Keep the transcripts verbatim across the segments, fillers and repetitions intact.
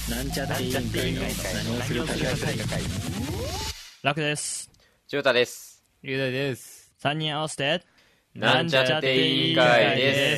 なんちゃって委員会の何をするか会。 楽です。 ジョータです。 龍大です。 さんにん合わせてなんちゃって委員会です。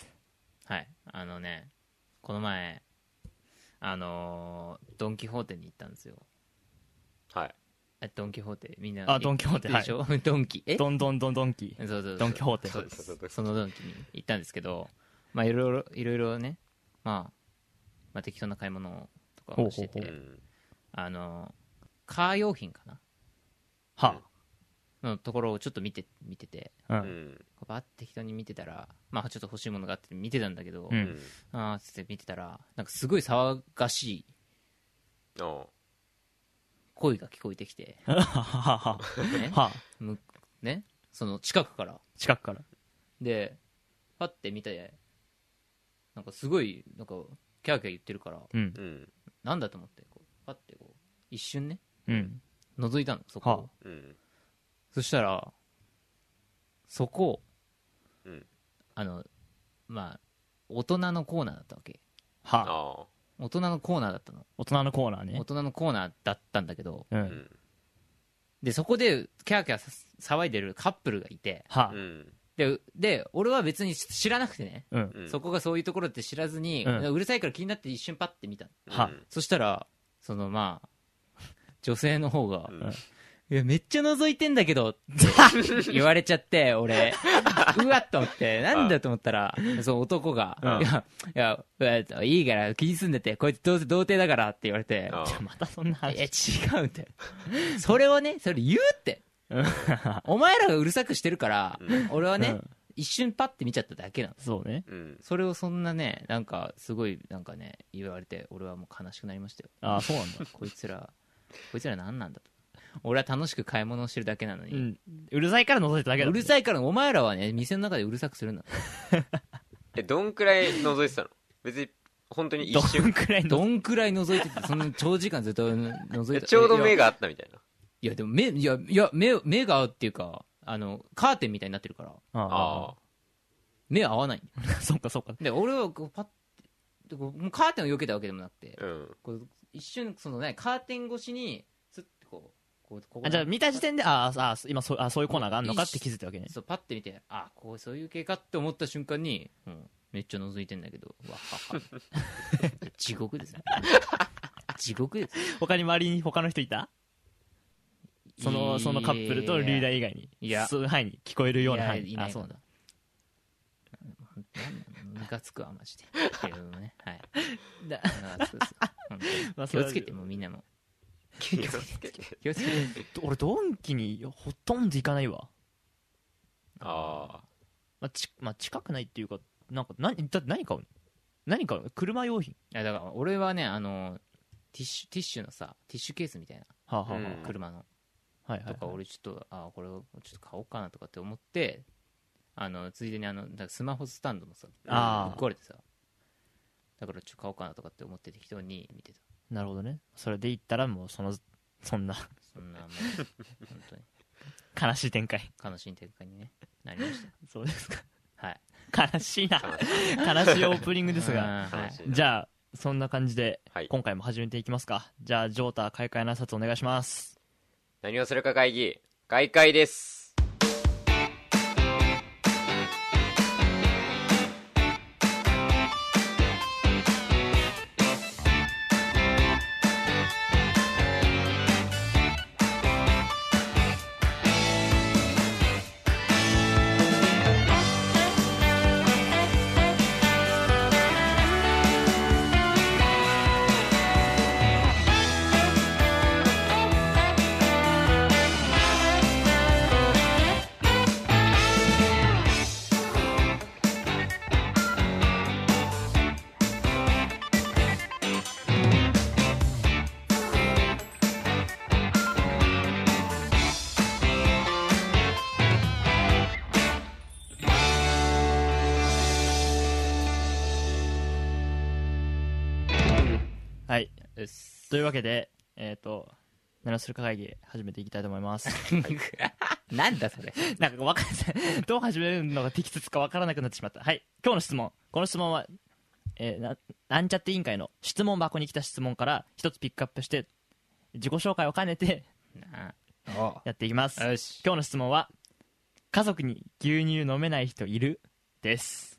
はい、あのね、この前あのー、ドンキホーテに行ったんですよ。 はい。 ドンキホーテみんなあドンキホーテでしょ、はい、ドンキえドンドンドンドンキそうそうそうドンキホーテそうですそのドンキに行ったんですけど、まあいろいろいろいろね、まあ、まあ適当な買い物とかもしてて、 ほうほうほうあのカー用品かなはのところをちょっと見て見てて、 ううんんバーって適当に見てたら、まあちょっと欲しいものがあって見てたんだけど、 ううんんあーつって見てたらなんかすごい騒がしいお声が聞こえてきてはははねはむねその近くから近くからでパッて見てなんかすごいなんかキャーキャー言ってるからうんうんなんだと思ってこうパッてこう一瞬ねうん覗いたのそこを、 はうんそしたらそこ、 うんあのまあ大人のコーナーだったわけ。 はあ大人のコーナーだったの。 大人のコーナーね大人のコーナーだったんだけど、 うあうんんでそこでキャーキャー騒いでるカップルがいて、 はうんでで俺は別に知らなくてね、 うんうんそこがそういうところって知らずに、 ううんるさいから気になって一瞬パッて見たの。 はそしたらそのまあ女性の方が、 うんいやめっちゃ覗いてんだけどって言われちゃって俺うわっと思ってなんだと思ったらその男が、 うんいやいやういいから気にすんでてこいつどうせ童貞だからって言われて、 あまたそんないや話違うってそれをねそれ言うってお前らがうるさくしてるから、 うん俺はね、 うん一瞬パッて見ちゃっただけなの。 そうねうんそれをそんなねなんかすごいなんかね言われて俺はもう悲しくなりましたよ。 ああそうなんだこいつらこいつら何なんだと。俺は楽しく買い物をしてるだけなのに、 うんうるさいから覗いただけだうるさいからお前らはね店の中でうるさくするな。 えどんくらい覗いてたの？別に本当に一どん瞬くらいのどんくらい覗いててその長時間ずっと覗いてちょうど目ががあったみたいないやでも目いやいや目目が合うっていうかあのカーテンみたいになってるからああ目合わないんだよあそっかそっかで俺はこうパッてこうもうカーテンを避けたわけでもなくてあうんこう一瞬そのねカーテン越しにスッてこうこうここあじゃあ見た時点であああ今そうあそういうコーナーがあるのかって気づいたわけねそうパッて見てあこうそういう系かって思った瞬間に、うん、めっちゃ覗いてんだけどわはは地獄ですね地獄です他に周りに他の人いたそのそのカップルとリーダー以外にいやそういう範囲に聞こえるような範囲いやいないあそうなんだムカつくわマジでけどねはいだあそうそう本当にまあそれは気をつけてもうみんなも気をつけて気をつけて俺ドンキにほとんど行かないわあまあ、ちまあ、近くないっていうかなんか何だって何買うの何買うの車用品いやだから俺はねあのティッシュティッシュのさティッシュケースみたいなはあ、はあはうん車のあ、はいはい、はい、 とか俺ちょっとあこれをちょっと買おうかなとかって思ってあのついでにあのだからスマホスタンドもさあーぶっ壊れてさだからちょっと買おうかなとかって思って適当に見てた。 なるほどねそれで言ったらもうそのそんなそんなもう本当に悲しい展開悲しい展開に、ね、なりました。 そうですかはい悲しいなあ悲しいオープニングですがうんはい悲しいなじゃあそんな感じではい今回も始めていきますか。じゃあジョータ開会の挨拶お願いします。 何をするか会議開会です。 はいですというわけでえっ、ー、と何をするか会議始めていきたいと思いますなんだそれなんか分かんないどう始めるのが適切か分からなくなってしまった。はい今日の質問この質問は、 えーななんちゃって委員会の質問箱に来た質問から一つピックアップして自己紹介を兼ねてあおやっていきます。 よし今日の質問は家族に牛乳飲めない人いるです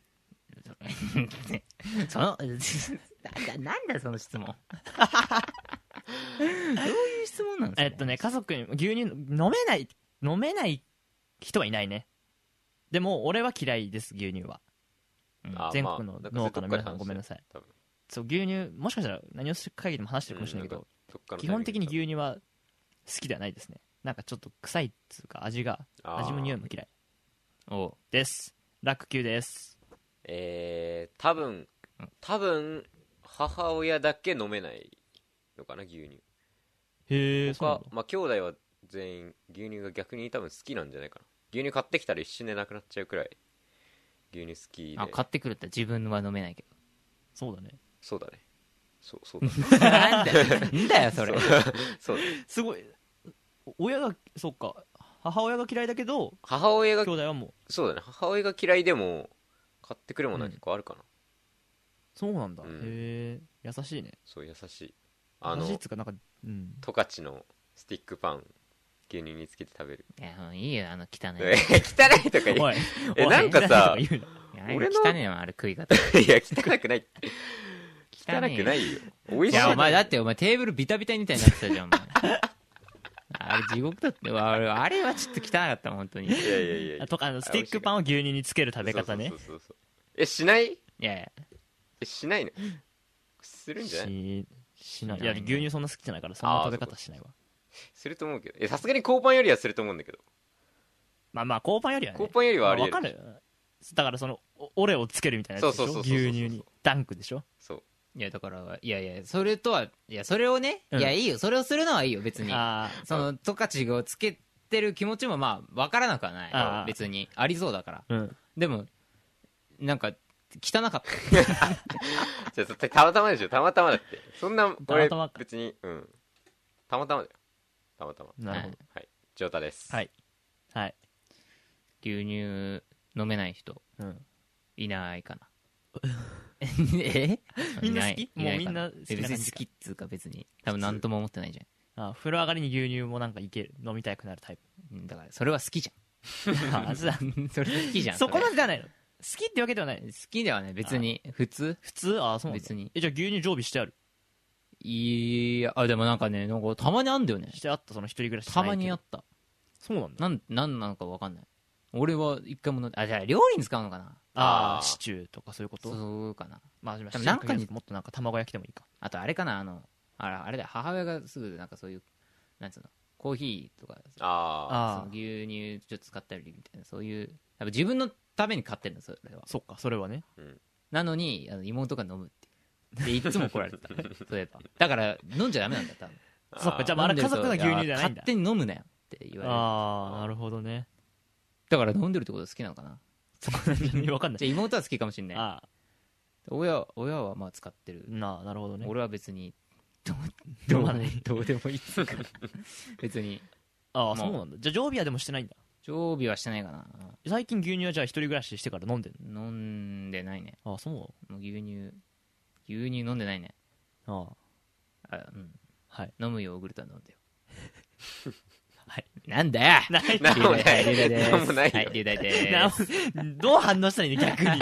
そのなんだなんだその質問どういう質問なんですか。 えっとね家族に牛乳飲めない飲めない人はいないね。でも俺は嫌いです牛乳は。 あ全国の農家の皆さんまあごめんなさい。 多分そう牛乳もしかしたら何をする会議でも話してるかもしれないけど、 どっかの基本的に牛乳は好きではないですね。なんかちょっと臭いっつうか味があー味も匂いも嫌いおうですラック級です。 えー、多分多分母親だけ飲めないのかな牛乳。 へえそうなんだ。 他まあ兄弟は全員牛乳が逆に多分好きなんじゃないかな。牛乳買ってきたら一瞬でなくなっちゃうくらい牛乳好きで。 あ買ってくるって自分は飲めないけそうだね。 そうだねそうそうだねどなんだよなんだよそれそうだねすごい親がそっか母親が嫌いだけど母親が兄弟はもうそうだね母親が嫌いでも買ってくるものは結構あるかな、 そうなんだ、 うんへえ優しいね。 そう優しいあの優しいっつうかなんかうん十勝のスティックパン牛乳につけて食べるいやもういいよあの汚いえ汚いとか言うおいえおいなんかさ言うないや俺の汚いよあれ食い方いや汚くないって汚くいないよ美味しいいやお前だってお前テーブルビタビタみたいになってたじゃんお前あれ地獄だってあれあれはちょっと汚かった本当にいいやいやいやいやあとかあのスティックパンを牛乳につける食べ方ね。 そうそうそうそうえしないやいやえしないのするんじゃないししない。いやしないね牛乳そんな好きじゃないからそんな食べ方しないわ。 すると思うけどえさすがにコーパンよりはすると思うんだけどまあまあコーパンよりはねコーパンよりはありえるまあわかる。だからそのおオレをつけるみたいなやつでしょそうそうそうそうそう牛乳にダンクでしょ。 そういやだからいやいやそれとはいやそれをね、 うんいやいいよそれをするのはいいよ別にあその十勝をつけてる気持ちもまあ分からなくはないあー別にありそうだからあうんでもなんか汚かったじゃあたまたまでしょたまたまだってそんな俺たまたまか別にうんたまたまだよたまたまなるほど。 はいジョータですはいはい牛乳飲めない人うんいないかなえみんな好きいいないかもうみんな好きな感じか別に好きっつうか別に多分何とも思ってないじあ風呂上がりに牛乳もなんかいける飲みたくなるタイゃんうんだからそれは好きじプあそうだゃんそれ好きじゃんそこまででじゃないの好きってわけではない好きではね別に普通普通あそうなんだ別にえじゃあ牛乳常備してあるいやあでもなんかねなんかたまにあんだよねしてあったその一人暮らしじゃたないけどまにあったそうなんだなんなんなのか分かんない俺は一回も飲んであじゃあ料理に使うのかなあーああシチューとかそういうことそうかなまあでもでもなんかにシチューにもっとなんか卵焼きでもいいかあとあれかなあのあらあれだよ母親がすぐなんかそういうなんつうのコーヒーとかああその牛乳ちょっと使ったりみたいなそういう多分自分のために買ってるのそれはそっかそれはねなのにあの妹が飲むっていうでいっつも怒られてたそういえばだから飲んじゃダメなんだよ多分あそっかじゃあまああれ家族の牛乳じゃないんだ勝手に飲むなよって言われるああなるほどねだから飲んでるってことは好きなのかなわかんないじゃあ妹は好きかもしんないあ親親はまあ使ってるあなあなるほどね俺は別にどうどうまでどうでもいいっつうか別にああまあそうなんだじゃあ常備はでもしてないんだ常備はしてないかな最近牛乳はじゃあ一人暮らししてから飲んでん飲んでないねのああそうもう牛乳牛乳飲んでないねあああ、うん、 はい飲むヨーグルトは飲んでよはいなんだよないなんもない龍大ですなんもないよはい龍大でなすどう反応したらいいの逆に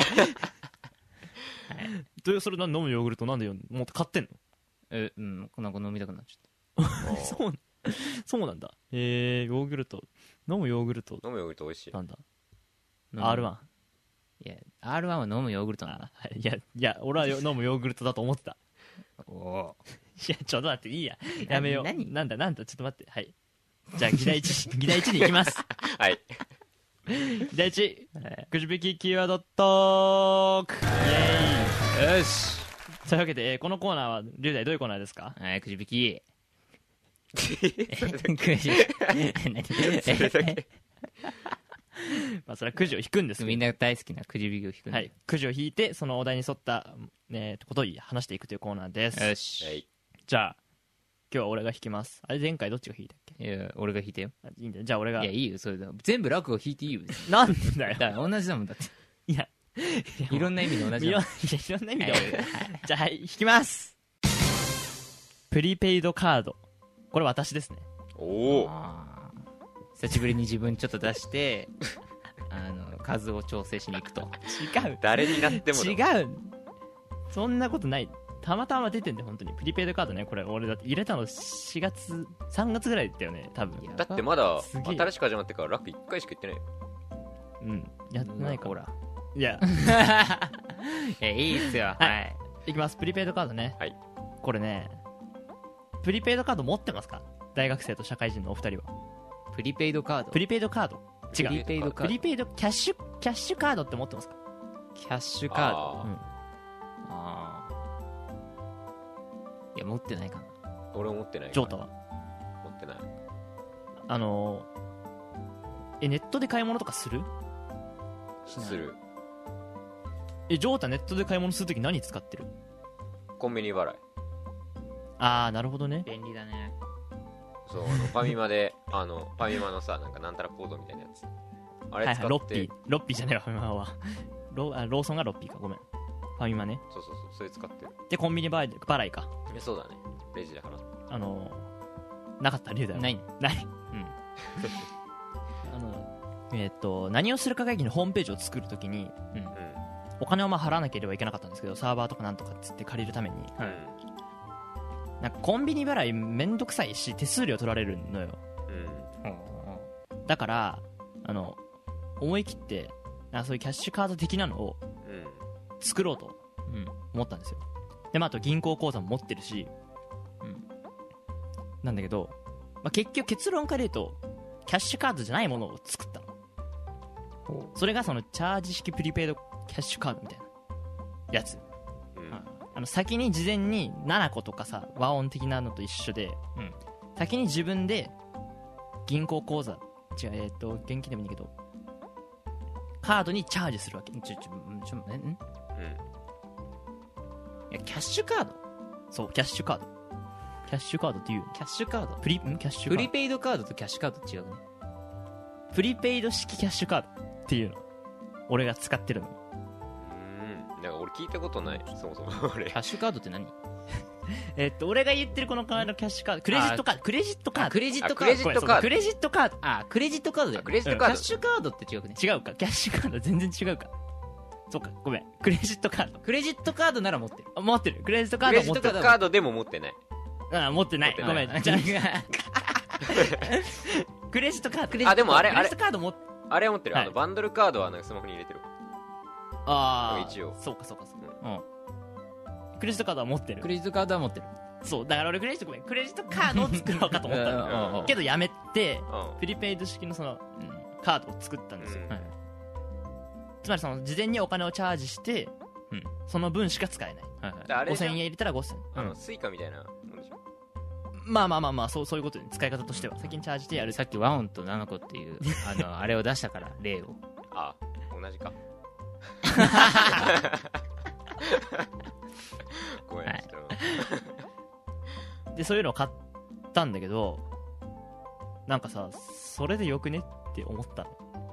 どうそれな飲むヨーグルトなんでよもっと買ってんえうんなんか飲みたくなっちのそうそうなんだえー、ヨーグルト飲むヨーグルト飲むヨーグルト美味しいなんだゃったアールワンいや アールワン は飲むヨーグルトなんだあはいいやいや俺はよ飲むヨーグルトだと思ってたおおいやちょっと待っていいややめよう何なんだなんだちょっと待ってはいじゃあ議題いち議題いちに行きますはい議題いちくじ引きキーワードトークイエよしーイというわけで、えーこのコーナーは龍大どういうコーナーですかはいくじ引きくじそれだけまあそれはくじを引くんですけどみんな大好きなくじ引きを引くんだはい、くじを引いてそのお題に沿った、ね、ことを話していくというコーナーですよしはいじゃあ今日は俺が引きますあれ前回どっちが引いたっけいや俺が引いてよあいいんだよじゃあ俺がいやいいよそれだ全部楽を引いていいよなんだよだから同じだもんだっていやいろんな意味で同じいろんないやいろんな意味ではいじゃあはい引きます。プリペイドカード、これ私ですね。 おおあー久しぶりに自分ちょっと出してあの数を調整しに行くと。 違う誰になってもだ違う、そんなことない。たまたま出てんで本当に。プリペイドカードね、これ俺だって入れたのしがつさんがつぐらいだよね多分。 だってまだすげえ新しく始まってからラックいっかいしか行ってないよ。 うんやってないかほらいやいやいいっすよ。はいいきます。プリペイドカードね、 はいこれね、プリペイドカード持ってますか、大学生と社会人のお二人は。 プリペイドカードプリペイドカード違う、 プリペイドカードプリペイドキャッシュキャッシュカードって持ってますか。 キャッシュカードあうんあーいや持ってないかな。 ー俺持ってない。 ジョータは持ってない。 あのー、えネットで買い物とかする？ しないする。 えジョータネットで買い物するとき何使ってる？ コンビニ払い。 ああなるほどね。 便利だね。 そう、あのファミマであのファミマのさ、なんかなんたらコードみたいなやつ、あれはい使って、 はい、ロッピーロッピーじゃねえわファミマはロあローソンがロッピーか、ごめん、ファミマね。 そうそうそう、それ使ってる。 でコンビニ払い払いか、 えそうだね、レジで払って。 あのー、なかった理由だよ。 ないないうんあのえーっと何をするか会議のホームページを作るときにうんお金をまあ払わなければいけなかったんですけど、サーバーとかなんとかっつって借りるために、 うんなんかコンビニ払いめんどくさいし手数料取られるのよ。 うんだからあの思い切ってなんかそういうキャッシュカード的なのをうん作ろうとうん思ったんですよ。で、まあ、あと銀行口座も持ってるし、 うんなんだけど、まあ、結局結論から言うとキャッシュカードじゃないものを作ったの。それがそのチャージ式プリペイドキャッシュカードみたいなやつ。 うんあの先に事前にななことかさ和音的なのと一緒で、 うん先に自分で銀行口座違うえっ、と現金でもいいんだけどカードにチャージするわけ。 ちょちょちょえんうんいやキャッシュカードそうキャッシュカードキャッシュカードっていうキャッシュカードプリんキャッシュカードプリペイドカードとキャッシュカード違うね。 プリペイド式キャッシュカードっていうの俺が使ってるの。 うんなんか俺聞いたことない、そもそも俺キャッシュカードって何？ えっと俺が言ってるこのカードキャッシュカードクレジットカードクレジットカードあクレジットカあクレードジットカードクレジットカードあクレジットカードだよね。 あクレジットカードキャッシュカードって違うね。 違うかキャッシュカード全然違うか。そうかごめんクレジットカードクレジットカードなら持ってる。 あ持ってるクレジットカークレジットド持ってるカードでも持ってない。 あ持ってない持ってないごめんじゃあクレジットカードあでもあれクレジットカード持っあれは持ってる、 はいあのバンドルカードはなんかスマホに入れてる。 ああ一応そうかそうかそうかうんクレジットカードは持ってるクレジットカードは持ってる。 そうだから俺クレジットごめんクレジットカードを作ろうかと思ったうんうんのうんけどやめてうんプリペイド式のそのうんカードを作ったんですよ、 うんはいつまりその事前にお金をチャージして、 うんその分しか使えない。 はいはいであれごじゃんせんえん入れたらごせんえん、 あのスイカみたいなもんでしょ。 まあまあまあまあそうそういうことで使い方としては先にチャージしてやる。 さっきワオンとナナコっていうあのあれを出したから例を。 あ同じかごめん、 はいちょっとでそういうのを買ったんだけどなんかさそれでよくねって思ったの。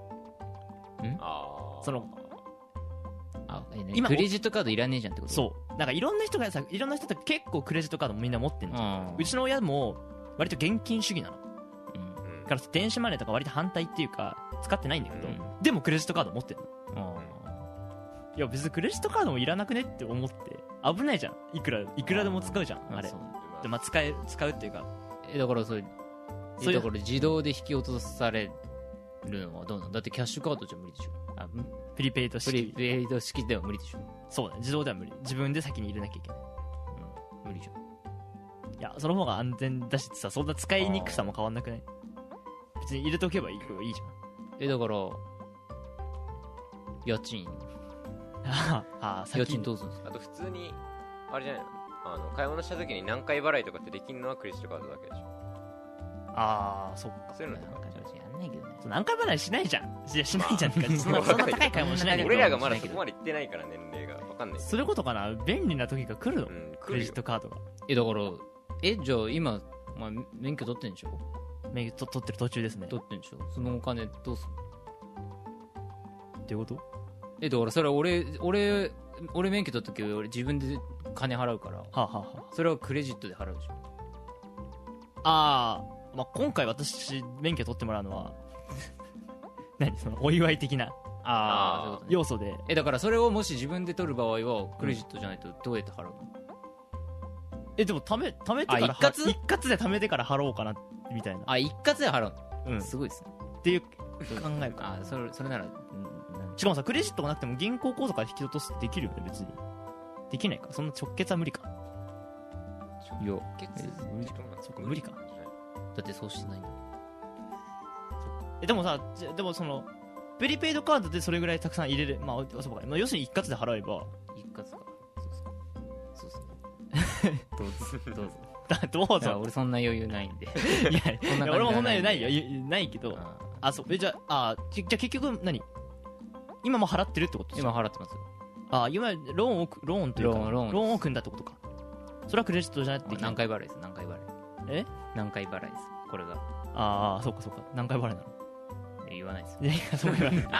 あーそのあえね今クレジットカードいらねえじゃんってこと。 そうなんかいろんな人がさいろんな人って結構クレジットカードもみんな持ってんの、 うんうちの親も割と現金主義なのうんうんだから電子マネーとか割と反対っていうか使ってないんだけど、 うんでもクレジットカード持ってるの。 うんいや別にクレジットカードもいらなくねって思って危ないじゃん。いくらいくらでも使うじゃんあれそうで、まあ、使え使うっていうかえだからそれそういうえだから自動で引き落とされるのはどうなの？だってキャッシュカードじゃ無理でしょ。あんプリペイドプリ式ペイド式では無理でしょ。 そうだね自動では無理自分で先に入れなきゃいけない。 うん無理じゃん。 いやその方が安全だしさそんな使いにくさも変わんなくない？別に入れておけばいいいいじえだから家賃ゃんああ家先に賃どうするんですか？ あと普通にあれじゃないの、あの買い物した時に何回払いとかってできるのはクレジットカードだけでしょ。 ああそっかそういうのなんかやんないけどね。 そう何回払いしないじゃん。いやしないじゃんってかそんなそんな高い買い物しないけど俺らがまだそこまで行ってないから年齢が分かんないけど。 そういうことかな。便利な時が来るの、 うんクレジット来るよ。 カードがえだからえじゃあ今、まあ、免許取ってんでしょ？ 免許と取ってる途中ですね。 取ってんでしょ？そのお金どうすんの？ っていうことえだからそれは俺俺俺免許取った時俺自分で金払うからはあ、はあはあ、 それはクレジットで払うでしょ。 あー、まあ、今回私免許取ってもらうのは何そのお祝い的なああそういうことね。 要素で、 えだからそれをもし自分で取る場合はクレジットじゃないとどうやって払うの？ えでも貯め貯めてからあ一括一括で貯めてから払おうかなみたいな、 あ一括で払うの、 うん、っすごいですね。 ていう考えか。 あそれそれなら、うん、 しかもさ、クレジットがなくても銀行口座から引き落とすってできるよね、別に。できないか、そんな直結は無理か。 いや結そっか無理か。 だってそうしてないんだ。 えでもさ、じゃでもそのプリペイドカードでそれぐらいたくさん入れる、まあそうか、まあ、要するに一括で払えば一括か。そうそうそうそうどうぞどうぞ。 だどういやぞ。 俺そんな余裕ないんで。 いやいそんな感じじゃないや俺もそんなにないよ、いないけど、 ああそうえじゃああじじゃあ結局何今も払ってるってこと？ 今払ってますよ。 あ今ローンをローンというかローンローンですを組んだってことか。それはクレジットじゃないとできない。 何回払いです何回払い。 え何回払いですこれが。 ああそうかそうか、何回払いなの？ え言わないですよ。 いやいやそう言わない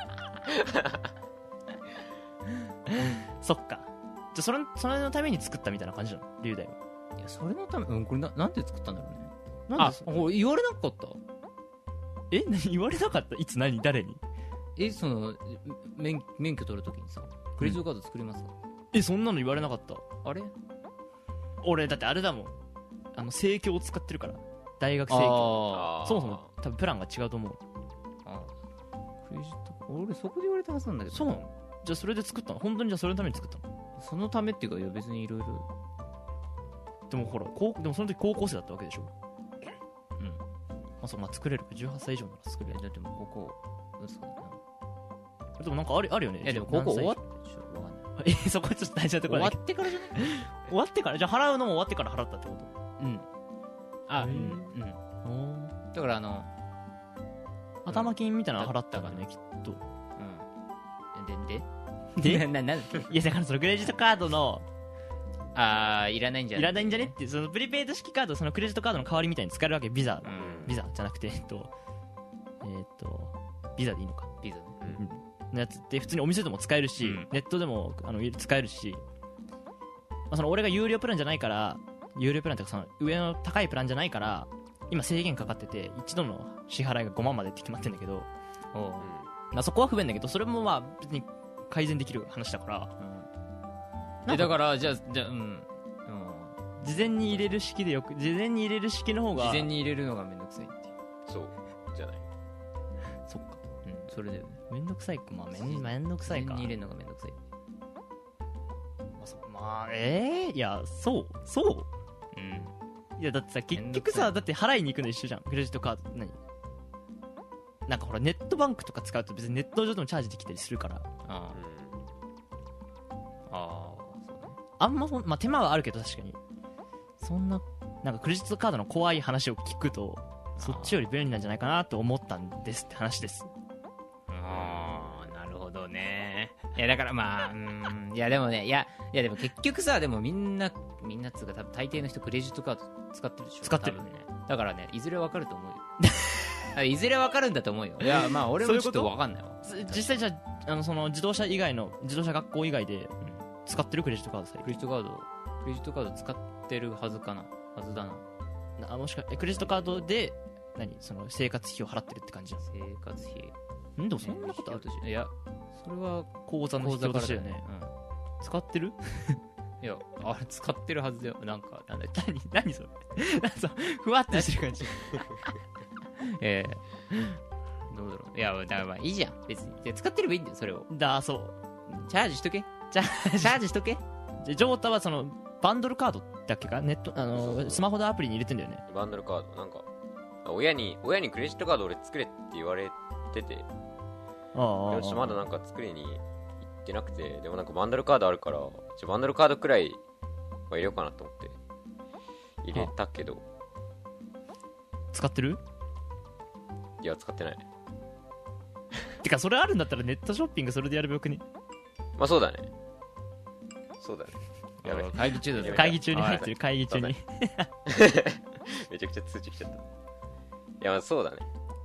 そっか。じゃあそれそれのために作ったみたいな感じなの龍大は。 いやそれのためうんこれななんで作ったんだろうね。あなんでそ俺言われなかったえ何言われなかった？いつ何誰に？ えその免免許取るときにさクレジットカード作りますか、 えそんなの言われなかった。 あれ俺だってあれだもん、あの生協を使ってるから、大学生協。 ああーそもそも多分プランが違うと思う。 あクレジット俺そこで言われたはずなんだけどそうなの？じゃあそれで作ったの？本当にじゃあそれのために作ったの？ そのためっていうかいや別にいろいろでもほら高でもその時高校生だったわけでしょ。 うんまあそうまあ作れるか、じゅうはっさい以上なら作れる。 だってもうここ嘘だな。 でもなんかあるあるよね。 いやでも高校終わっ何てわかんない歳以上えそこちょっと大事なところだけど終わってからじゃない終わってからじゃあ払うのも終わってから払ったってこと？ うんあうんへーうんだからあの頭金みたいなの払ったからね、きっと。 うんでででなななんだっけいやだからそのクレジットカードのあーいらないんじゃないいらないんじゃねっていう、そのプリペイド式カード、そのクレジットカードの代わりみたいに使えるわけ。ビザ、 うんビザじゃなくてえっとえっとビザでいいのかビザねのやつって普通にお店でも使えるし、 うんネットでもあの使えるし、まあ、その俺が有料プランじゃないから、有料プランっていうかその上の高いプランじゃないから今制限かかってて一度の支払いがごまんまでって決まってんだけど、 おうまあ、そこは不便だけどそれもまあ別に改善できる話だからえだからじゃあじゃあうんうん事前に入れる式でよく事前に入れる式の方が事前に入れるのがめんどくさいっていうそうじゃない。 そっかうんそれだよねめんどくさいか、まあめんめんどくさいか事前に入れるのがめんどくさいまあそまあえー、いやそうそううんいやだってさ結めんどくさい局さだって払いに行くの一緒じゃん。クレジットカード何なんかほらネットバンクとか使うと別にネット上でもチャージできたりするからあうあああそうだねあんまそん、まあ、手間はあるけど確かにそんななんかクレジットカードの怖い話を聞くとそっちより便利なんじゃないかなと思ったんですって話です。 ああなるほどね。いやだからまあうんいやでもねいやいやでも結局さでもみんなみんなっつうか多分大抵の人クレジットカード使ってるでしょ。 使ってる多分ねだからねいずれわかると思うよいずれわかるんだと思うよ。いやまあ俺もちょっとわかんないわ。 実際じゃあ、あのその自動車以外の自動車学校以外で使ってるクレジットカード最クレジットカードクレジットカード使ってるはずかなはずだな。 近あもしかえクレジットカードで何その生活費を払ってるって感じじゃ生活費ん。んでもそんなことあるといやそれは口座の引き口座落としだよね。 うん使ってるいやあれ使ってるはずだよ。なんかなんだっけ何何それなんかそうふわっとしてる感じえー、どうだろう。いやだからまあいいじゃん別に。で使ってればいいんだよそれを。 だそうチャージしとけじゃチャージしとけじゃジョータはそのバンドルカードだっけかネットあのスマホでアプリに入れてんだよね。 んバンドルカードなんか親に親にクレジットカード俺作れって言われてて、でああもちょっとまだなんか作りに行ってなくて、でもなんかバンドルカードあるからちょバンドルカードくらいは入れようかなと思って入れたけど、 使ってるいや使ってない。 てかそれあるんだったらネットショッピングそれでやるべよくね。 まあそうだねそうだねやべ会議中だぞ。 会議中に入ってる会議中にめちゃくちゃ通知来ちゃった。いやまあそうだね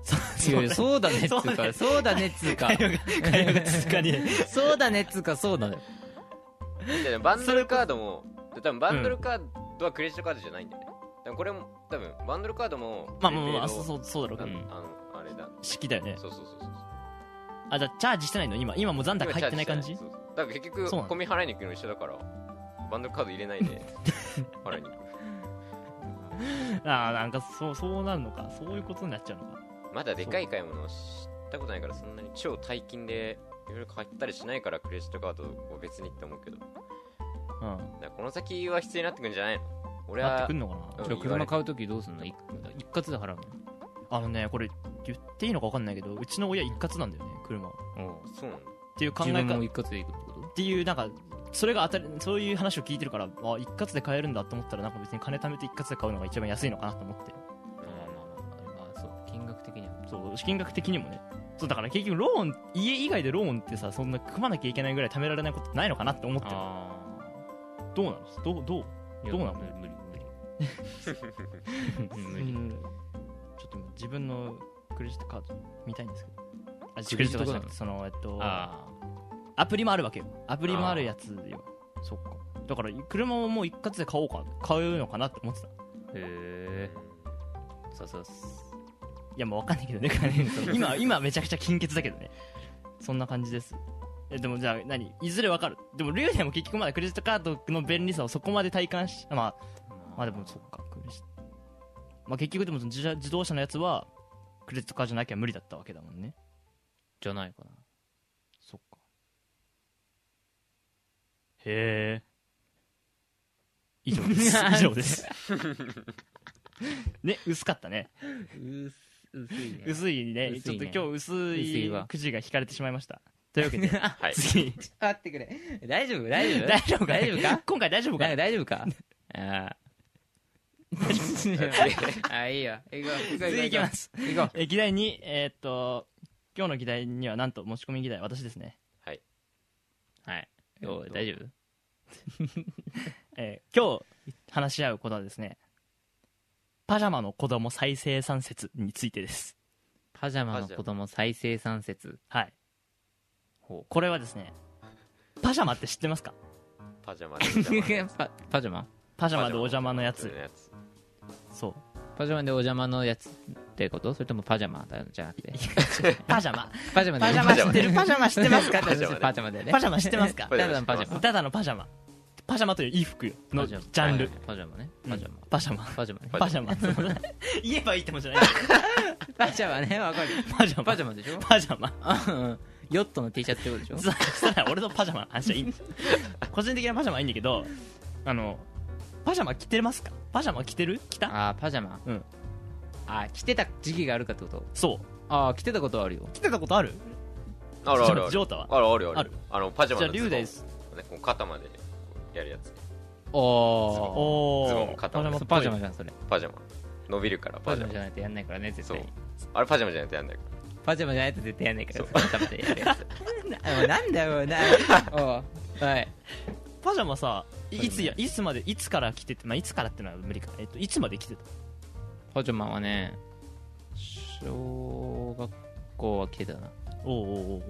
そいやいやそうだねっつうかそうだねっつうか会話が会話が続かねそうだねっつうかそうだねでバンドルカードも多分バンドルカードはクレジットカードじゃないんだよね。でもこれも多分バンドルカードもまあまあまあプリペイドそうそうそうだろうなんけど、 うんあのあれだ。 式だよね。 そうそうそうそう。 あ、じゃあチャージしてないの今今もう残高入ってない感じ？ そうそうだから結局そうなの込み払いに行くの一緒だからバンドルカード入れないで払いに行く。 ああ、なんかそうそうなるのか、そういうことになっちゃうのか。 まだでかい買い物をしたことないからそんなに超大金でいろいろ買ったりしないからクレジットカードを別にって思うけど、だかうん。 らこの先は必要になってくるんじゃないの？俺はなってくんのかな。 うんじゃあ車買うときどうすんの一一括で払うあのね、これ言っていいのか分かんないけど、うちの親一括なんだよね、車。っのそうなんだ。 ていう考え自分方っも一括で行くってことていう、なんか、それが当たり、そういう話を聞いてるから、あ、一括で買えるんだと思ったら、なんか別に金貯めて一括で買うのが一番安いのかなと思って。 まあまあまあまあそう金額的にはそう、金額的にもね。そう、だから結局ローン、家以外でローンってさ、そんな組まなきゃいけないぐらい貯められないことないのかなって思ってる。 あどうなのどう、どうあどうなの無理無理無理無理うんちょっと自分のクレジットカード見たいんですけど。あ、 ククレジットカードじゃなくて、その、えっと、 あアプリもあるわけよ。アプリもあるやつよ。そっか。だから、車をもう一括で買おうか、買うのかなって思ってた。いあへえそうそうっすや、もうわかんないけどね。今、今めちゃくちゃ金欠だけどね。そんな感じです。え、でもじゃあ何いずれわかる。でも、リュウデも結局まだクレジットカードの便利さをそこまで体感し、まあ、まあでもそっか、クレジット。まあ結局でも自自動車のやつは、クレジットカードじゃなきゃ無理だったわけだもんね。 じゃないかなそっか。へえ。以上です。以上です。ね、薄かったね。 薄いね薄いね。 薄いねちょっと今日薄薄いいわくじが引かれてしまいました。というわけで、 はい次。 待ってくれ大丈夫大丈夫大丈夫か大丈夫か今回大丈夫かなんか大丈夫かあああいいよ行こう行こう次いきます。 行こうえ、議題に、えーっと、今日の議題にはなんと持ち込み議題、私ですね。 はい。 はいおう大丈夫えー今日話し合うことはですね、パジャマの子供再生産説についてです。 パジャマの子供再生産説はい。 ほこれはですね、パジャマって知ってますか？ パジャマでお邪魔のやつパパジャマパジャマでお邪魔のやつ。 のやつそう。 パジャマでお邪魔のやつってことそれともパジャマじゃなくてパジャマ。 パジャマでパジャマ知ってる？パジャマ知ってますか？ パジャマパジャマでねパジャマ知ってますか？ パジャマただのパジャマただのパジャマ。パジャマという衣服よのジャンル。 パジャマねうんパジャマパジャマ。 パジャマねパジャマ。言えばいいってもんじゃない。 パジャマねわかるパジャマ。 パジャマでしょパジャマ。 うんヨットの T シャツってことでしょそうしたら俺のパジャマの話はいいんです個人的なパジャマはいいんだけど、あのパジャマ着てますか？パジャマ着てる？着た？ あーパジャマうんあー着てた時期があるかってことそう。 ああ着てたことはあるよ着てたことある？ あるあるあるジョータは？ あるあるあるあるあのパジャマじゃあのズボンリュウです。 ねこう肩までやるやつおおおズボンー。 肩までっぽいパジャマじゃんそれパジャマ伸びるからパジャマパジャマじゃないとやんないからね絶そう対あれパジャマじゃないとやんないかパジャマじゃないと絶対やんないからそう頭でやるやつもうなんだよなおうはいパジャマさ、いいつやパジいつまでいつから着てて、まあいつからってのは無理か。えっといつまで着てた？ パジャマはね小学校は着てたなおうおうおうおう。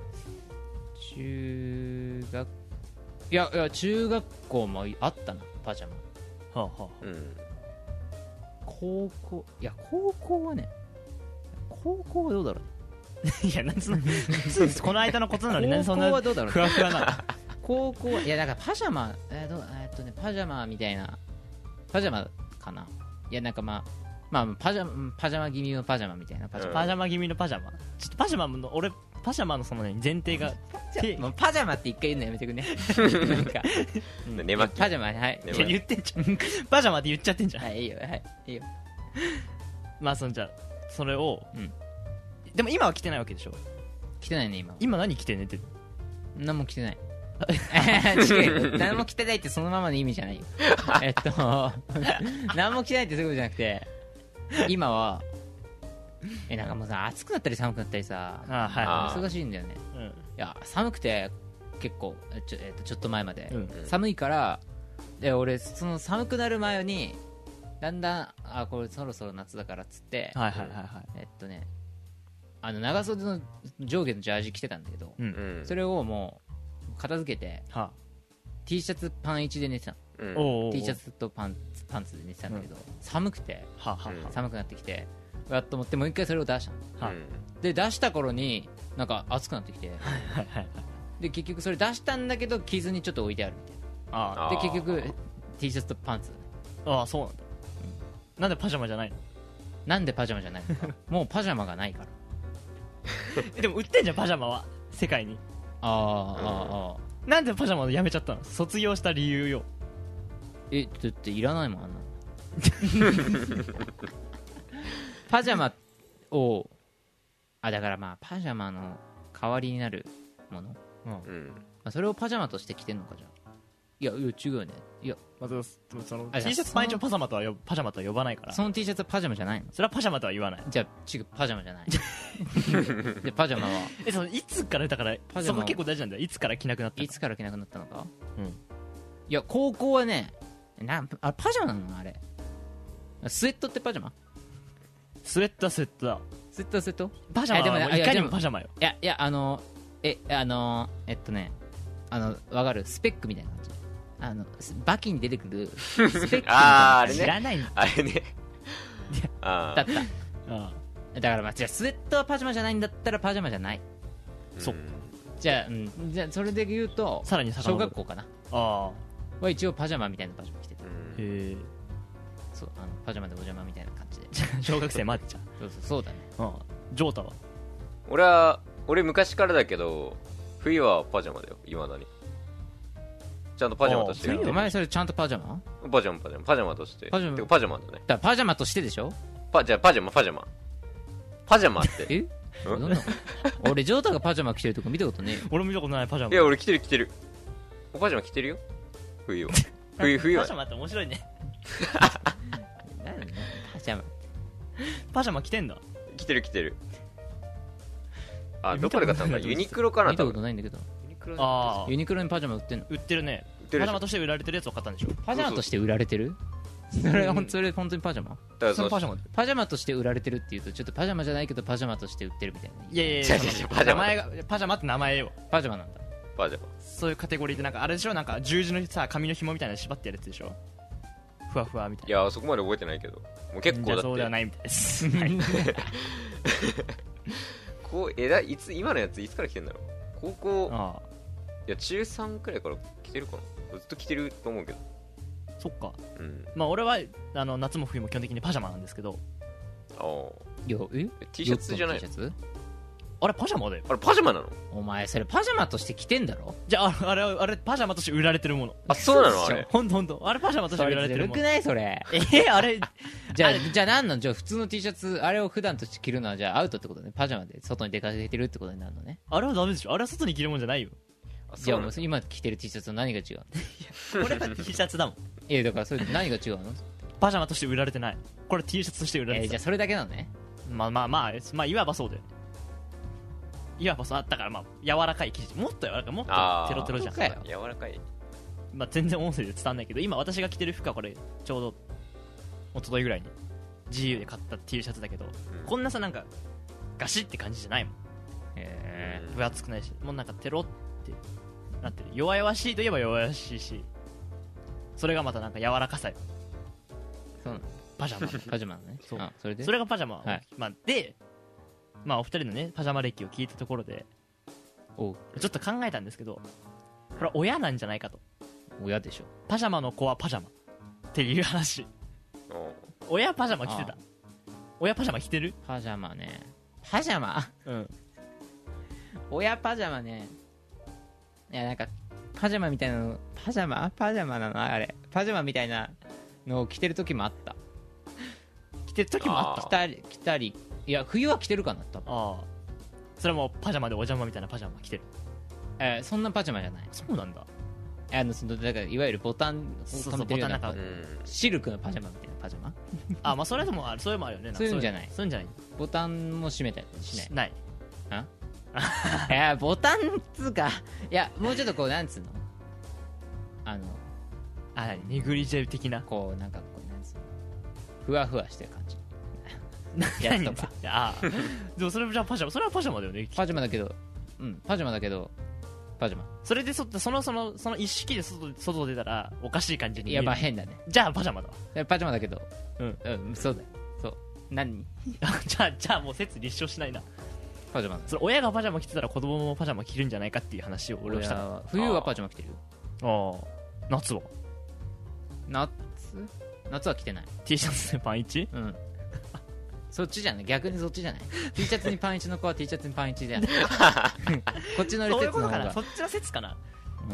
中学いやいや中学校もあったなパジャマはあはあ。 らうん高校いや高校はね高校はどうだろういや、なんつうのこの間のことなのになんでそんな高校はどうだろうふわふわなの？ 高校はいやだからパジャマえー、どうえーっとねパジャマみたいなパジャマかないやなんかまあまあパジャマパジャマ気味のパジャマみたいなパジャマ、 パジャマ気味のパジャマ。ちょっとパジャマの俺パジャマのそのね前提がてもうパジャマって一回言うのやめてくんねなんか、うん寝巻きパジャマはい寝いや言ってんじゃん。パジャマって言っちゃってんじゃん。 はいいいよはいいいよまあそのじゃあそれを、 うんでも今は着てないわけでしょ？ 着てないね今今何着て寝てる？ 何も着てない違うよ何も着てないってそのままの意味じゃないよえっと何も着てないってそういうことじゃなくて今はえなんかもうさ暑くなったり寒くなったりさあはいはあー忙しいんだよねい。うんいや寒くて結構えちょ,、えっとちょっと前まで、 うん寒いからで俺その寒くなる前にだんだんあこれそろそろ夏だからっつって、 はいはいはいはい。 えっとねあの長袖の上下のジャージ着てたんだけど、 うんうんそれをもう片付けては T シャツパンいちで寝てたの。 うんあ、おうおうおう T シャツとパンツパンツで寝てたんだけど、寒くてはあ、はうん寒くなってきてやっと思ってもう一回それを出したの。 はうんで出した頃になんか暑くなってきて、 あ、はいはいで結局それ出したんだけど着ずにちょっと置いてあるみたいあな。 あーで結局 T シャツとパンツ。 あああ、そうなんだ、なんでパジャマじゃないの？ なんでパジャマじゃないのかもうパジャマがないから。 えでも売ってんじゃんパジャマは世界に。 あーあーあーなんでパジャマやめちゃったの？卒業した理由よ。 えだっていらないもんあんなのパジャマをあだからまあパジャマの代わりになるもの、まうんあ、それをパジャマとして着てんのかじゃあ。いやいや違うよね。いやまずそのあ T シャツパンイチをパジャマとは呼ぶパジャマとは呼ばないから、 その T シャツはパジャマじゃないの？ それはパジャマとは言わない。 じゃあ違うパジャマじゃないでパジャマはえそのいつからだからパジャマそこ結構大事なんだよ。いつから着なくなったの？ いつから着なくなったのか。 うんいや高校はねなあパジャマなのあれ。スウェットってパジャマ？ スウェットはスウェットだ。 スウェットはスウェット？ パジャマはもういやでもねいかにいやでももパジャマよ。 いやいやあのえあのえっとねあのわかるスペックみたいな感じ。あのバキに出てくるスペックみたいな知あーあれねらないんだ。 あれねあだった。 あだからまあじゃあスウェットはパジャマじゃないんだったらパジャマじゃない。 ーそっかじゃあ、うん、じゃあそれで言うとさらに遡る小学校かなあは一応パジャマみたいなパジャマ着てた。 うんへえそうあのパジャマでお邪魔みたいな感じで小学生まっちゃそうそうそうだね。 う。うんジョータは俺は俺昔からだけど冬はパジャマだよいまだにちゃんとパジャマとしてあー冬お前それちゃんとパジャマ？ パジャマパジャマパジャマとしてパジャマてかパジャマだねだからパジャマとしてでしょ？ パじゃあパジャマパジャマパジャマってえうんどんな俺ジョータがパジャマ着てるとこ見たことねえよ。 俺も見たことないパジャマ。 いや俺着てる着てるパジャマ着てるよ冬は冬冬はパジャマって面白いね。 なんだよパジャマ。 パジャマ着てんだ。 着てる着てるあえどこで買ったのか見たことないユニクロかな見た多分ことないんだけどユニクロああユニクロにパジャマ売ってんの？ 売ってるね。 売ってるでしょパジャマとして売られてるやつを買ったんでしょ。 パジャマとして売られてる？それほんそれ本当にパジャマ？ だからそのそのパジャマ。 パジャマとして売られてるっていうとちょっとパジャマじゃないけどパジャマとして売ってるみたいな。 いやいやいや違う違う違うパジャマ名前がパジャマって名前よ。 パジャマなんだ。 パジャマそういうカテゴリーでなんかあれでしょ、なんか十字のさ紙の紐みたいなの縛ってやるやつでしょ。ふわふわみたいいやそこまで覚えてないけどもう結な。 構だってじゃあそうではないみたいです。はいこうえらいつ今のやついつから着てんだろう高校ああいや中さんくらいから着てるかなずっと着てると思うけどそっか。 うんまあ俺はあの夏も冬も基本的にパジャマなんですけど、 ああいやええ T シャツじゃないヨットの T シャツ？ あれパジャマだよ。 あれパジャマなのお前それパジャマとして着てんだろ？ じゃああれあれパジャマとして売られてるもの。 あそうなのあれほんとほんとあれパジャマとしてそ売られてるもの。 れずるくないそれ？ えー、あれじゃああれじゃあ何なんじゃあ普通の T シャツあれを普段として着るのはじゃあアウトってことね。パジャマで外に出かけてるってことになるのね。 あれはダメでしょ。あれは外に着るもんじゃないよ。 あじそうなのゃあもう今着てる T シャツと何が違うの？ これは T シャツだもん。 えだからそれ何が違うの？ パジャマとして売られてない。これ T シャツとして売られてた。 えーじゃあそれだけなのね。 まあまあまあ、まあいわばそうで。いわばそうあったから、まあ柔らかい生地。もっと柔らかい。もっとあーテロテロじゃんそう。かよ柔らかいまあ全然音声で伝わんないけど、今私が着てる服はこれ、ちょうど、一昨日ぐらいに ジーユー で買った T シャツだけど、 うんこんなさ、なんか、ガシって感じじゃないもん。 へうん分厚くないし、もうなんかテロってなってる。弱々しいといえば弱々しいし、それがまたなんか柔らかさよ。 そうなの。 パジャマ。 パジャマのね。 そうあそれでそれがパジャマ。 はいまあ、で、まあお二人のね、パジャマ歴を聞いたところで、 おうちょっと考えたんですけど、これ親なんじゃないかと。 親でしょ。 パジャマの子はパジャマっていう話。 お親パジャマ着てあた。親パジャマ着てる？ パジャマね。パジャマうん。 親パジャマね。いやなんかパジャマみたいなのパジャマパジャマなのあれパジャマみたいなのを着てる時もあった。 着てる時もあっ着たり着たりいや冬は着てるかな多分。 た。ああ。それはもうパジャマでお邪魔みたいなパジャマ着てる。 えーそんなパジャマじゃない。 そうなんだ。 あのそのだからいわゆるボタンをそうそう留めてるようなボタンなんかうんシルクのパジャマみたいなパジャマ。 あ、まあそれでもある、それもあるよね。 そういうんじゃないそういうんじゃない。 ボタンも閉めたりしない。 ない。 いやボタンっつうかいやもうちょっとこうなんつうのあのあ、何ネグリジェ的な。 こうなんかこうなんつうのふわふわしてる感じ。 やつとかああでもそれじゃあパジャマそれはパジャマだよね。 パジャマだけどうんパジャマだけどパジャマそれでそそのそのその一式で外外出たらおかしい感じにいや見える。 まあ変だねじゃあパジャマだわ。 いやパジャマだけどうんうんそうだよそう何じゃあじゃあもう説立証しないな。 パジャマそれ親がパジャマ着てたら子供もパジャマ着るんじゃないかっていう話を俺はした。あは冬はパジャマ着てるよあ夏は夏夏は着てない T シャツでパンいちうんそっちじゃない逆にそっちじゃない T シャツにパンいちの子は T シャツにパンいちでこっちのそういう説の方がことかな。そっちの説かな。 うん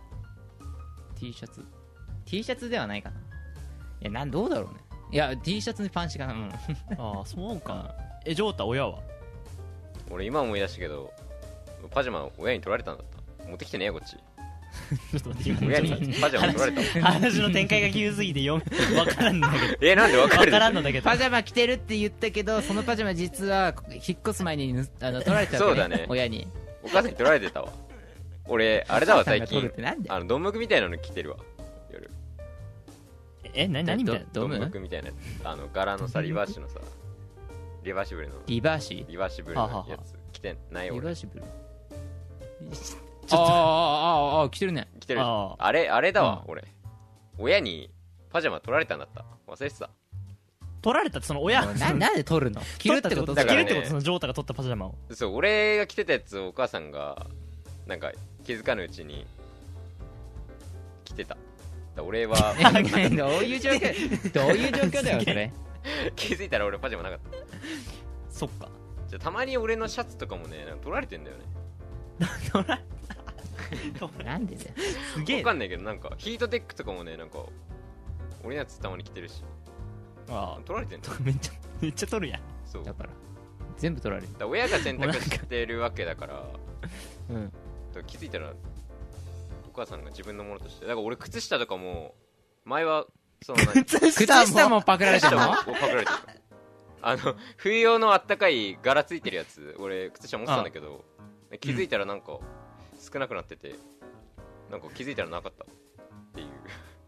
、T シャツ T シャツではないかないやなんどうだろうねいや T シャツにパンチかなうんああそうか。えジョータ親は俺今思い出したけどパジャマ親に取られたんだった。持ってきてねえよこっち。 ちょっと待って親にパジャマ取られたもん。 話の展開が急すぎて読め分からんのだけどえなんでわか分るからんのだけどパジャマ着てるって言ったけどそのパジャマ実は引っ越す前にぬあの取られたわけ、ね、 そうだね親にお母さんに取られてたわ。俺あれだわ最お母さんが取近るってなんであのドンムクみたいなの着てるわ夜。 えな何みたいなドムドンムクみたいなやつあの柄のさリバーシのさリバーシブルのリバーシリバーシブルのやつ着てないリ俺バーシブルちょっとあーあーあーあー着てるね着てるああれあれだわうん俺親にパジャマ取られたんだった忘れてた。 取られたってその親もうななんで取るの着るってことだからね着るってことそのジョータが取ったパジャマをそう俺が着てたやつをお母さんがなんか気づかぬうちに着てた。だから俺はどういう状況どういう状況だよそれ気づいたら俺パジャマなかった。 そっかじゃあたまに俺のシャツとかもねなんか取られてんだよね。 取らなんでだよすげえわかんないけどなんかヒートテックとかもねなんか俺のやつたまに着てるしあ取られてんだよ。 あめっちゃめっちゃ取るやん。 そうだかだから全部取られるら親が洗濯してるわけだからうんだから気づいたらお母さんが自分のものとしてだから俺靴下とかも前はその何靴靴下もパクられてるの靴下もパクられてるあの冬用のあったかい柄ついてるやつ俺靴下持ってたんだけど気づいたらなんか少なくなっててなんか気づいたらなかったっていう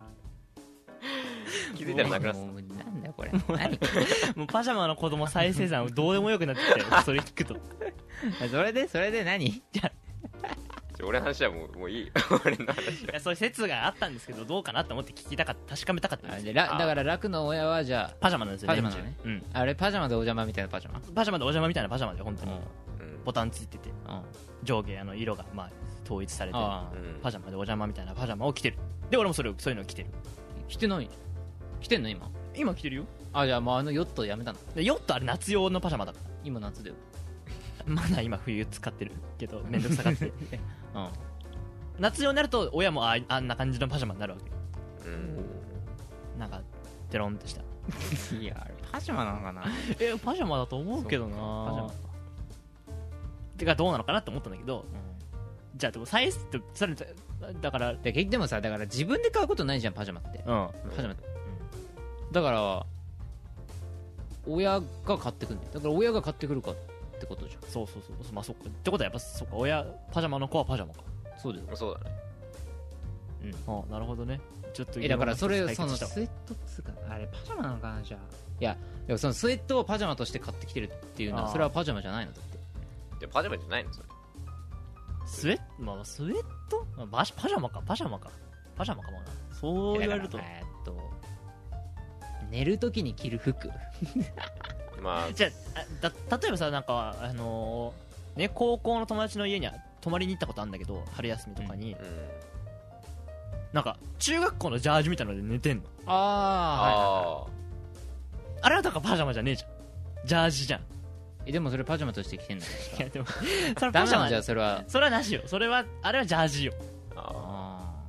気づいたらなくなってもうなんだよこれ何もうパジャマの子供再生産どうでもよくなってきたよそれ聞くと。 それでそれで何た。俺の話はもうもういい俺の話いやそういう説があったんですけどどうかなと思って聞きたかった確かめたかったんですよ。 あでらだから楽の親はじゃパジャマなんですよパジャマなのね年中うんああれパジャマでお邪魔みたいなパジャマパジャマでお邪魔みたいなパジャマで本当にうんボタンついててうん上下あの色がまあ統一されてあうんパジャマでお邪魔みたいなパジャマを着てる。で俺もそれをそういうのを着てる。 着てない着てんの今今着てるよ。 あじゃあもうあのヨットやめたのでヨットあれ夏用のパジャマだか今夏だよらまだ今冬使ってるけどめんどくさがってうん夏用になると親もああんな感じのパジャマになるわけ。 うんなんかテロンとしたいやあれパジャマなのかなえパジャマだと思うけどなパジャマかてかどうなのかなって思ったんだけどじゃあでもサイズってそれだからで結局でもさだから自分で買うことないじゃんパジャマってうんパジャマって、うん、だから親が買ってくんねだから親が買ってくるかってことじゃんそうそうそうまあそっかってことはやっぱそっか親パジャマの子はパジャマか。 そうだよそうだねあなるほどね。ちょっとえだからそれその解決したスウェットっつうかあれパジャマなのかなじゃあいやでもそのスウェットをパジャマとして買ってきてるっていうのあーはそれはパジャマじゃないのだってでパジャマじゃないのそれスウェットまあスウェットまあパジパジャマかパジャマかパジャマかもなそう言われるとだからえーっと寝るときに着る服まあじゃあだ例えばさなんかあのーね高校の友達の家には泊まりに行ったことあるんだけど春休みとかに、 うんなんか中学校のジャージみたいなので寝てんの。 ああああれはだからパジャマじゃねえじゃんジャージじゃん。 えでもそれパジャマとして着てんだいやでもそれダメなのパジャマじゃあそれはそれはなしよ。それはあれはジャージよ。 ーああ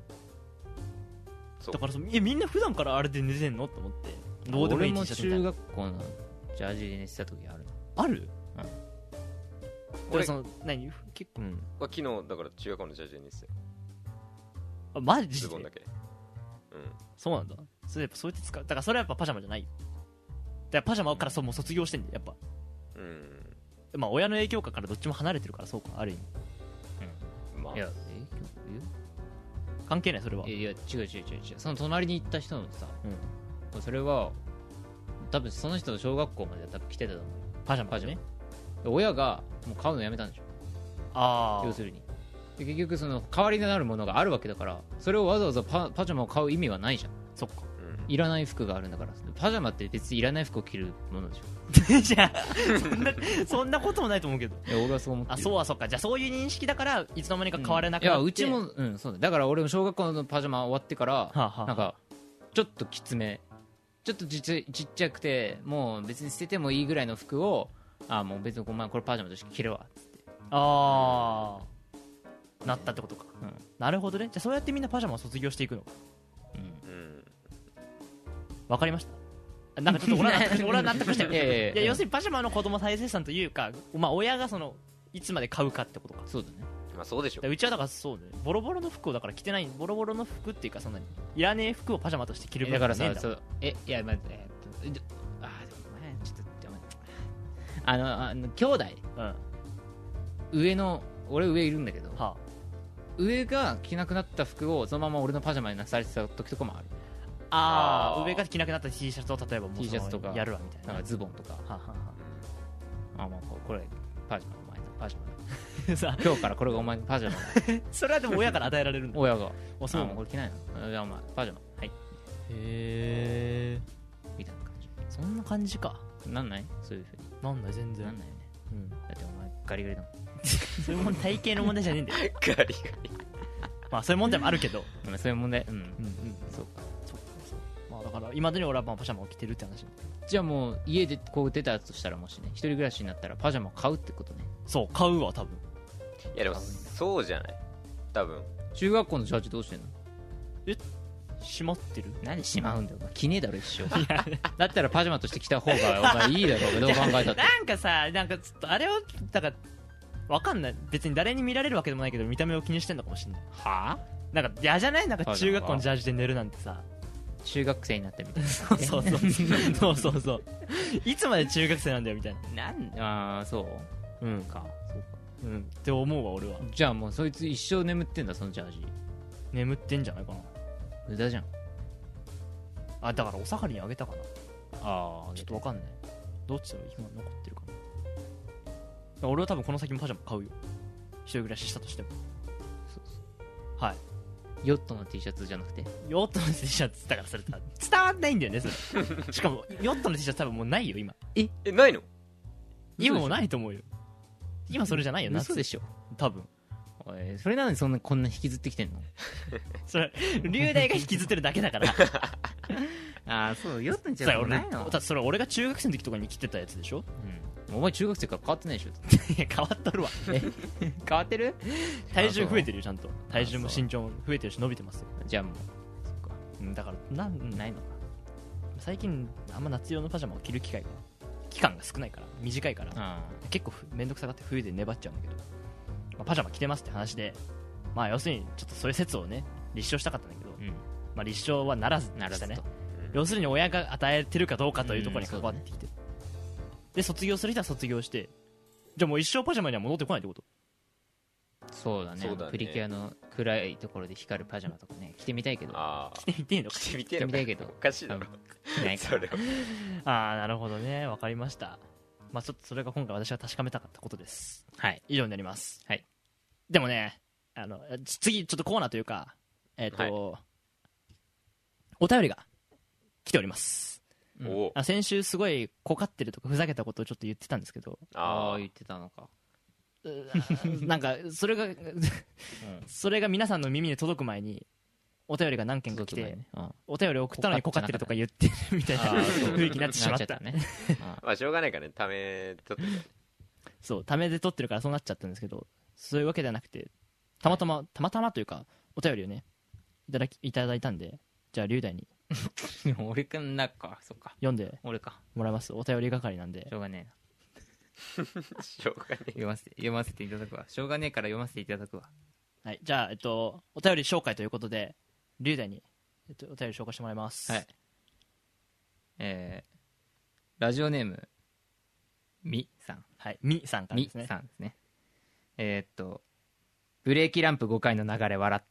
ーそうだからそえみんな普段からあれで寝てんのと思ってーどうでもいい俺 T もシャツみたいな中学校のジャージで寝てた時あるある。 俺俺その何結構、うん、 は昨日だから中学校のジャージにですよあマジでズボンだけうんそうなんだ。それやっぱそうやって使うだからそれはやっぱパジャマじゃないよ。だからパジャマからそうもう卒業してんだよやっぱ。 うんまあ親の影響下からどっちも離れてるからそうかある意味まあいや関係ないそれは。 えいや違う違う違う違うその隣に行った人のさ、それは多分その人の小学校までは多分着てたと思う。 パジャマパジャマね。 で親がもう買うのやめたんでしょ、 ああ要するに。で結局その代わりになるものがあるわけだから、それをわざわざ パ, パジャマを買う意味はないじゃん。 そっかいらない服があるんだから。パジャマって別にいらない服を着るものでしょ。 じゃあそんなそんなこともないと思うけど。 いや俺はそう思ってる。 あそうはそっか。じゃあそういう認識だからいつの間にか変われなくいなって、 やうちも、うん、そうだ。だから俺も小学校のパジャマ終わってから、 はあはあ、 なんかちょっときつめ、ちょっとちっちゃちっちゃくてもう別に捨ててもいいぐらいの服を、あもう別にお前これパジャマとして着るわっつって。 ああなったってことか、 うん、 なるほどね。じゃあそうやってみんなパジャマを卒業していくのか。 うんうんわかりました。なんかちょっと俺は納得俺は納得したよ。 いやいやいやいや要するにパジャマの子供再生産というか、まあ、親がそのいつまで買うかってことか。 そうだね。 まあそうでしょ。 うちはだからそうね、ボロボロの服をだから着てない、ボロボロの服っていうかそんなにいらねえ服をパジャマとして着るだからねえんださそうえいやまずえーっとあでもお前ちょっとでもあのあの兄弟うんは上の俺上いるんだけど、 あ上が着なくなった服をそのまま俺のパジャマになされてた時とかもある。 あーあー上が着なくなった T シャツを例えばもう T シャツとかそのやるわみたいな。 なんかズボンとか、 はあはあもうこれパジャマお前のパジャマあはあさ今日からこれがお前のパジャマだそれはでも親から与えられるんだ。 親があそうなのあもうこれ着ないのじゃあお前パジャマはいへえみたいな感じ。 そんな感じか。 なんないそういうふうになんだ全然なんないよね。 うん、 だってお前ガリガリだもん。 そういうもん体型の問題じゃねえんだよ。 ガリガリ。 まあそういう問題もあるけど、 まあそういう問題うん、 うんうん、 そうか。 そうそうまあだから今までに俺はまあパジャマを着てるって話。 じゃあもう家でこう出たとしたら、もしね一人暮らしになったらパジャマを買うってことね。 そう買うわ多分。 いやでもそうじゃない多分。 中学校のジャージどうしてんの。 閉まってる。 何しまうんだよお前着ねえだろ一生だったらパジャマとして着た方がお前いいだろうがどう考えたってなんかさなんかちょっとあれをだからわかんない、別に誰に見られるわけでもないけど見た目を気にしてんのかもしれない。 はあなんか嫌じゃない、なんか中学校のジャージで寝るなんてさ。 中学生になったみたいなそうそうそうそうそうそういつまで中学生なんだよみたいな。 なんああそううんかそうか。 うんって思うわ俺は。 じゃあもうそいつ一生眠ってんだそのジャージ。 眠ってんじゃないかな。 無駄じゃん。 あだからお下がりにあげたかな。 ああちょっとわかんない。どっちだろう今残ってるかな。俺は多分この先もパジャマ買うよ、一人暮らししたとしても。 そうはい。 ヨットの T シャツじゃなくてヨットの T シャツだからそれ伝わんないんだよねそれしかもヨットの T シャツ多分もうないよ今。 えないの。 今もうないと思うよ。今それじゃないよ。 嘘でしょ多分。 おいそれなのにそんなこんな引きずってきてんの。 それ龍大が引きずってるだけだからああそうヨットにそれ俺だってそれ俺が中学生の時とかに着てたやつでしょ。 うん、お前中学生から変わってないでしょ。 いや変わっとるわ。 変わってる。 体重増えてるよちゃんと。体重も身長も増えてるし伸びてますよ。 じゃあもうそっかうんだからなんないのか。 最近あんま夏用のパジャマを着る機会が期間が少ないから短いからあ結構めんどくさがって冬で粘っちゃうんだけど、まあ、パジャマ着てますって話で、まあ要するにちょっとそういう説をね立証したかったんだけど、 うんまあ、立証はならずでしたねならずと。 要するに親が与えてるかどうかというところに関わってきて、うんで卒業する人は卒業して、じゃあもう一生パジャマには戻ってこないってこと。 そうだね。 そうだねプリキュアの暗いところで光るパジャマとかね着てみたいけどああ着てみてえのか。 着てみてえの着てみたいけどおかしいだろ着ないかそれは。 ああなるほどね、わかりました。まあちょっとそれが今回私が確かめたかったことです。 はい以上になります。 はい。 でもね、あの次ちょっとコーナーというか、えっ、と、 はいお便りが来ております。 うんおあ先週すごいこかってるとかふざけたことをちょっと言ってたんですけど、 あああ言ってたのか。 うなんかそれがそれが皆さんの耳に届く前にお便りが何件か来て、 ねうんお便り送ったのにこかってるとか言ってるみたいなあーそう雰囲気になってしまった。 なっちゃったね。あまあしょうがないからねためとってそうためで撮ってるからそうなっちゃったんですけど、そういうわけではなくてたまたまたまたまというかお便りをねいただきいただいたんで、じゃあ龍大にー俺かなんかそっか読んで俺かもらいます。お便り係なんでしょうがねえな。 しょうがね読ませて読ませていただくわ。しょうがねえから読ませていただくわ。 はい、じゃあ、えっと、お便り紹介ということで龍大に、えっと、お便り紹介してもらいます。 はい。えー、ラジオネームみさん。 はい、みさんからでみすね。 さんですね。えー、っとブレーキランプごかいの流れ笑った。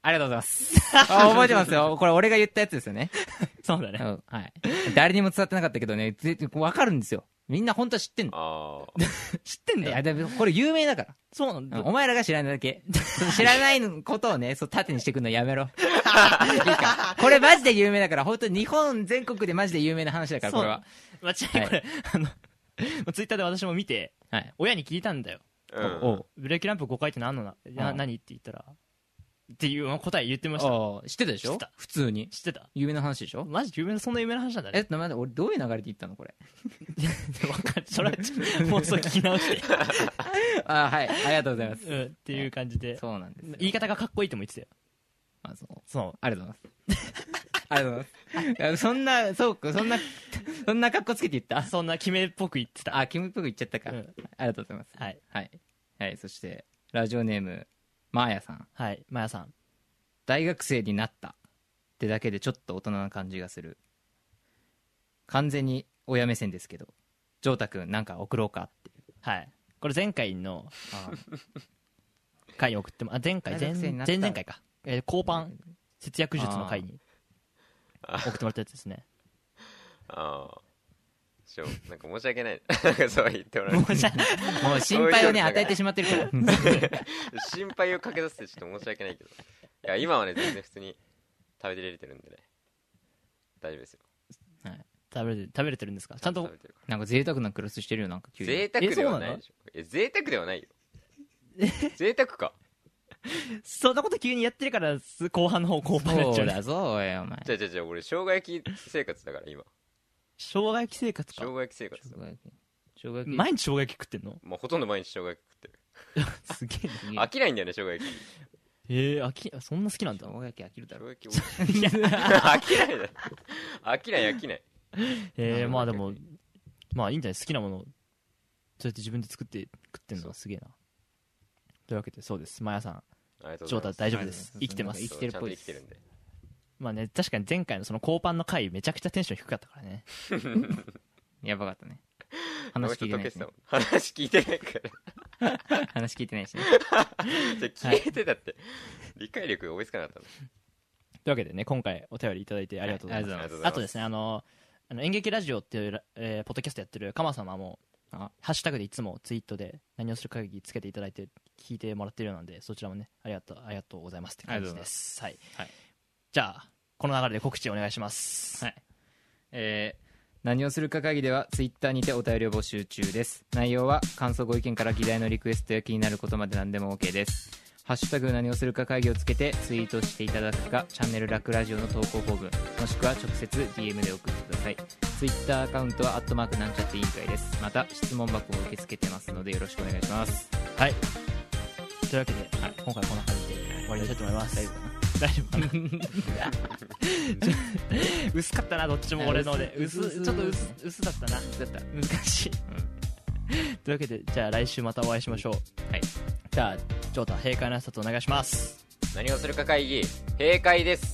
ありがとうございますあ覚えてますよ。これ俺が言ったやつですよね。 そうだね。 うん、はい。誰にも伝わってなかったけどね、ぜ分かるんですよ。みんな本当は知ってんの。 あ知ってんだよ。 いや、でもこれ有名だから。 そうなんだ。 お前らが知らないだけ。その知らないことをね、そう縦にしてくるのやめろ。いいか。これマジで有名だから、本当に日本全国でマジで有名な話だから、これは。 間違いこれ、はい、あのツイッターで私も見て、 はい、 親に聞いたんだよ。 うん、 おブレーキランプごかいって何のな、な何って言ったらっていう答え言ってました。 あ知ってたでしょ。普通に知ってた。 有名な話でしょ。 マジ有名な、そんな有名な話なんだね。 え、待って、俺どういう流れで言ったのこれわかる。それはもうそう聞き直してあはい、ありがとうございます、 うん、っていう感じで。 そうなんですよ。 言い方がかっこいいとも言ってたよ。 あ、そうそう、 ありがとうございますありがとうございますそんな、そうか、そんなそんな格好つけて言った。 そんな決めっぽく言ってた。 あ、決めっぽく言っちゃったか、うん、ありがとうございます。 はいはいはい。そしてラジオネームマーヤさん。 はい、マーヤさん。 大学生になったってだけでちょっと大人な感じがする。完全に親目線ですけど、ジョータ君なんか送ろうかっていう。 はい、これ前回の回に送っても、あ、前回、前前々回か、えー、交番節約術の回に送ってもらったやつですね。 ああ、しょなんか申し訳ないなんかそう言ってもらうもう心配をね与えてしまってるから心配をかけ出してちょっと申し訳ないけど、いや今はね全然普通に食べてれてるんでね、大丈夫ですよ。 はい、食べれて食べれてるんですか。ちゃんとなんか贅沢な暮らししてるよ。なんか急に贅沢ではないでしょ。え贅沢ではないよ贅沢かそんなこと急にやってるから後半の方後半になっちゃう。 そうだぞおいお前。 じゃあじゃあじゃあ俺生姜焼き生活だから今。 生姜焼き生活か。 生姜焼き生活。 生姜焼き。生姜焼き。 毎日生姜焼き食ってんの？ もうほとんど毎日生姜焼き食ってるすげえ飽きないんだよね生姜焼き。 えー、飽きそんな好きなんだ。 生姜焼き飽きるだろ。 生姜焼き飽きないだ飽きない飽きない。 えー、まあでもまあいいんじゃない。好きなものそうやって自分で作って食ってんのはすげえな。というわけでそうです。マヤさん、ジョータ大丈夫です。生きてます。 生きてるっぽいです。 ちゃんと生きてるんで。 まあね、確かに前回のその交番の回めちゃくちゃテンション低かったからねやばかったね。話聞いてないし、ね、 話聞いてないから話聞いてないしねじゃ聞いてたって、はい、理解力が追いつかなかったの。 というわけでね、今回お便りいただいてありがとうございます。はい、ありがとうございます。あとですね、あのあの演劇ラジオっていう、えー、ポッドキャストやってるカマ様もハッシュタグでいつもツイートで何をする限りつけていただいて聞いてもらってるようなんで、そちらもねありがとうありがとうございますって感じです。はい、はい、じゃあこの流れで告知お願いします。 はい、えー、何をするか会議ではツイッターにてお便りを募集中です。内容は感想ご意見から議題のリクエストや気になることまで何でも OK です。ハッシュタグ何をするか会議をつけてツイートしていただくか、チャンネルラクラジオの投稿フォームもしくは直接 ディーエム で送ってください。ツイッターアカウントはアットマークなんちゃって委員会です。また質問箱を受け付けてますのでよろしくお願いします。 はい、というわけで、はい、今回こんな感じで終わりにしたいと思います。大丈夫かな薄かったな、どっちも俺ので薄ちょっと 薄, 薄だったな。だった難しい、うん、というわけでじゃあ来週またお会いしましょう。はい、じゃあジョータ閉会の挨拶お願いします。 何をするか会議閉会です。